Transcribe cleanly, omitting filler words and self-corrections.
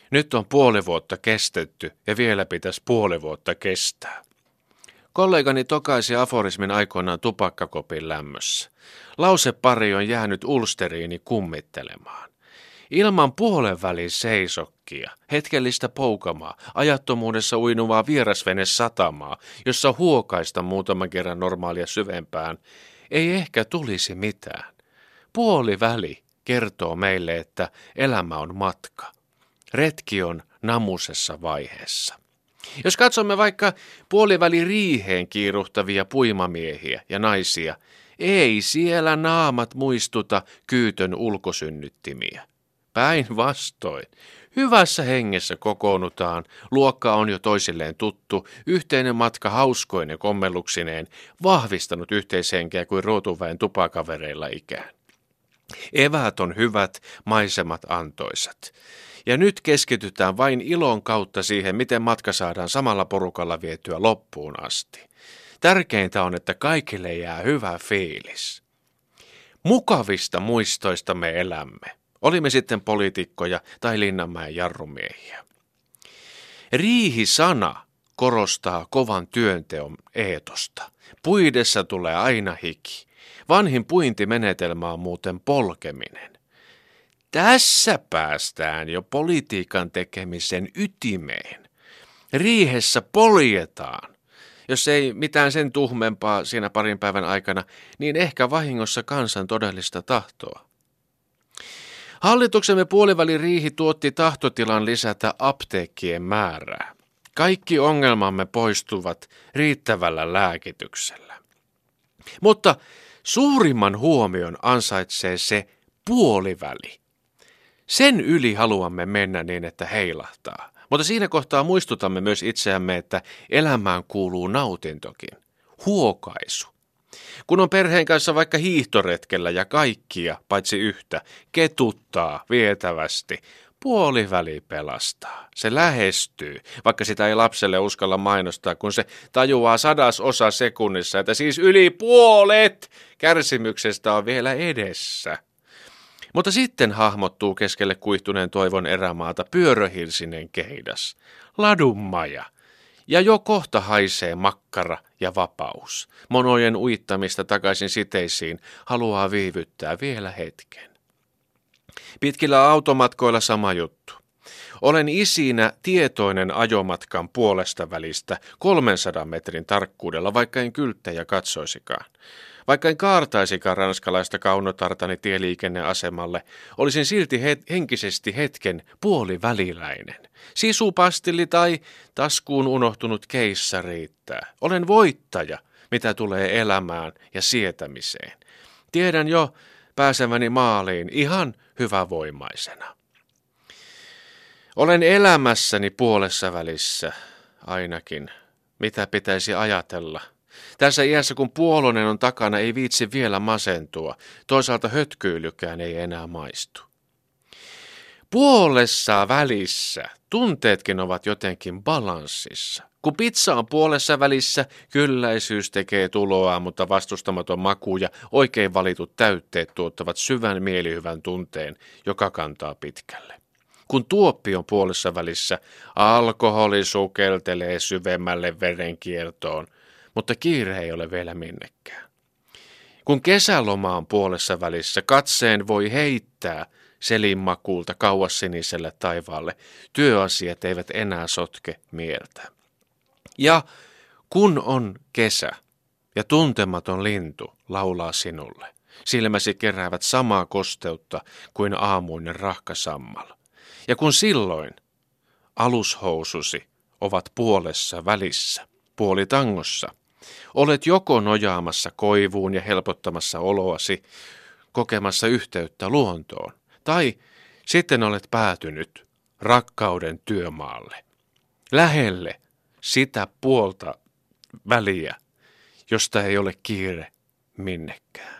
Nyt on puoli vuotta kestetty ja vielä pitäisi puoli vuotta kestää. Kollegani tokaisi aforismin aikoinaan tupakkakopin lämmössä. Lausepari on jäänyt ulsteriini kummittelemaan. Ilman puolen välin seisokkia, hetkellistä poukamaa, ajattomuudessa uinuvaa vierasvene satamaa, jossa huokaista muutaman kerran normaalia syvempään, ei ehkä tulisi mitään. Puoli väli kertoo meille, että elämä on matka. Retki on namusessa vaiheessa. Jos katsomme vaikka puoliväli riiheen kiiruhtavia puimamiehiä ja naisia, ei siellä naamat muistuta kyytön ulkosynnyttimiä. Päinvastoin. Hyvässä hengessä kokoonnutaan, luokka on jo toisilleen tuttu, yhteinen matka hauskoinen kommelluksineen, vahvistanut yhteishenkeä kuin ruotuväen tupakavereilla ikään. Eväät on hyvät, maisemat antoisat. Ja nyt keskitytään vain ilon kautta siihen, miten matka saadaan samalla porukalla vietyä loppuun asti. Tärkeintä on, että kaikille jää hyvä fiilis. Mukavista muistoista me elämme. Olimme sitten poliitikkoja tai Linnanmäen jarrumiehiä. Riihi-sana korostaa kovan työnteon eetosta. Puidessa tulee aina hiki. Vanhin puintimenetelmä on muuten polkeminen. Tässä päästään jo politiikan tekemisen ytimeen. Riihessä poljetaan. Jos ei mitään sen tuhmempaa siinä parin päivän aikana, niin ehkä vahingossa kansan todellista tahtoa. Hallituksemme puoliväliriihi tuotti tahtotilan lisätä apteekkien määrää. Kaikki ongelmamme poistuvat riittävällä lääkityksellä. Mutta suurimman huomion ansaitsee se puoliväli. Sen yli haluamme mennä niin, että heilahtaa. Mutta siinä kohtaa muistutamme myös itseämme, että elämään kuuluu nautintokin. Huokaisu. Kun on perheen kanssa vaikka hiihtoretkellä ja kaikkia, paitsi yhtä, ketuttaa vietävästi, puoliväli pelastaa. Se lähestyy, vaikka sitä ei lapselle uskalla mainostaa, kun se tajuaa 100% sekunnissa, että siis yli puolet kärsimyksestä on vielä edessä. Mutta sitten hahmottuu keskelle kuihtuneen toivon erämaata pyöröhirsinen keidas, ladunmaja. Ja jo kohta haisee makkara ja vapaus. Monojen uittamista takaisin siteisiin haluaa viivyttää vielä hetken. Pitkillä automatkoilla sama juttu. Olen isinä tietoinen ajomatkan puolesta välistä 300 metrin tarkkuudella, vaikka en kylttejä katsoisikaan. Vaikka en kaartaisikaan ranskalaista kaunotartani tieliikenneasemalle, olisin silti henkisesti hetken puoliväliläinen. Sisupastilli tai taskuun unohtunut keissa riittää. Olen voittaja, mitä tulee elämään ja sietämiseen. Tiedän jo pääseväni maaliin ihan hyvävoimaisena. Olen elämässäni puolessa välissä ainakin, mitä pitäisi ajatella. Tässä iässä, kun puolonen on takana, ei viitsi vielä masentua. Toisaalta hötkyilykään ei enää maistu. Puolessa välissä tunteetkin ovat jotenkin balanssissa. Kun pizza on puolessa välissä, kylläisyys tekee tuloa, mutta vastustamaton maku ja oikein valitut täytteet tuottavat syvän mielihyvän tunteen, joka kantaa pitkälle. Kun tuoppi on puolessa välissä, alkoholi sukeltelee syvemmälle verenkiertoon, mutta kiire ei ole vielä minnekään. Kun kesäloma on puolessa välissä, katseen voi heittää selinmakuulta kauas siniselle taivaalle. Työasiat eivät enää sotke mieltä. Ja kun on kesä ja tuntematon lintu laulaa sinulle, silmäsi keräävät samaa kosteutta kuin aamuinen rahkasammal. Ja kun silloin alushoususi ovat puolessa välissä, puolitangossa, olet joko nojaamassa koivuun ja helpottamassa oloasi, kokemassa yhteyttä luontoon, tai sitten olet päätynyt rakkauden työmaalle, lähelle sitä puolta väliä, josta ei ole kiire minnekään.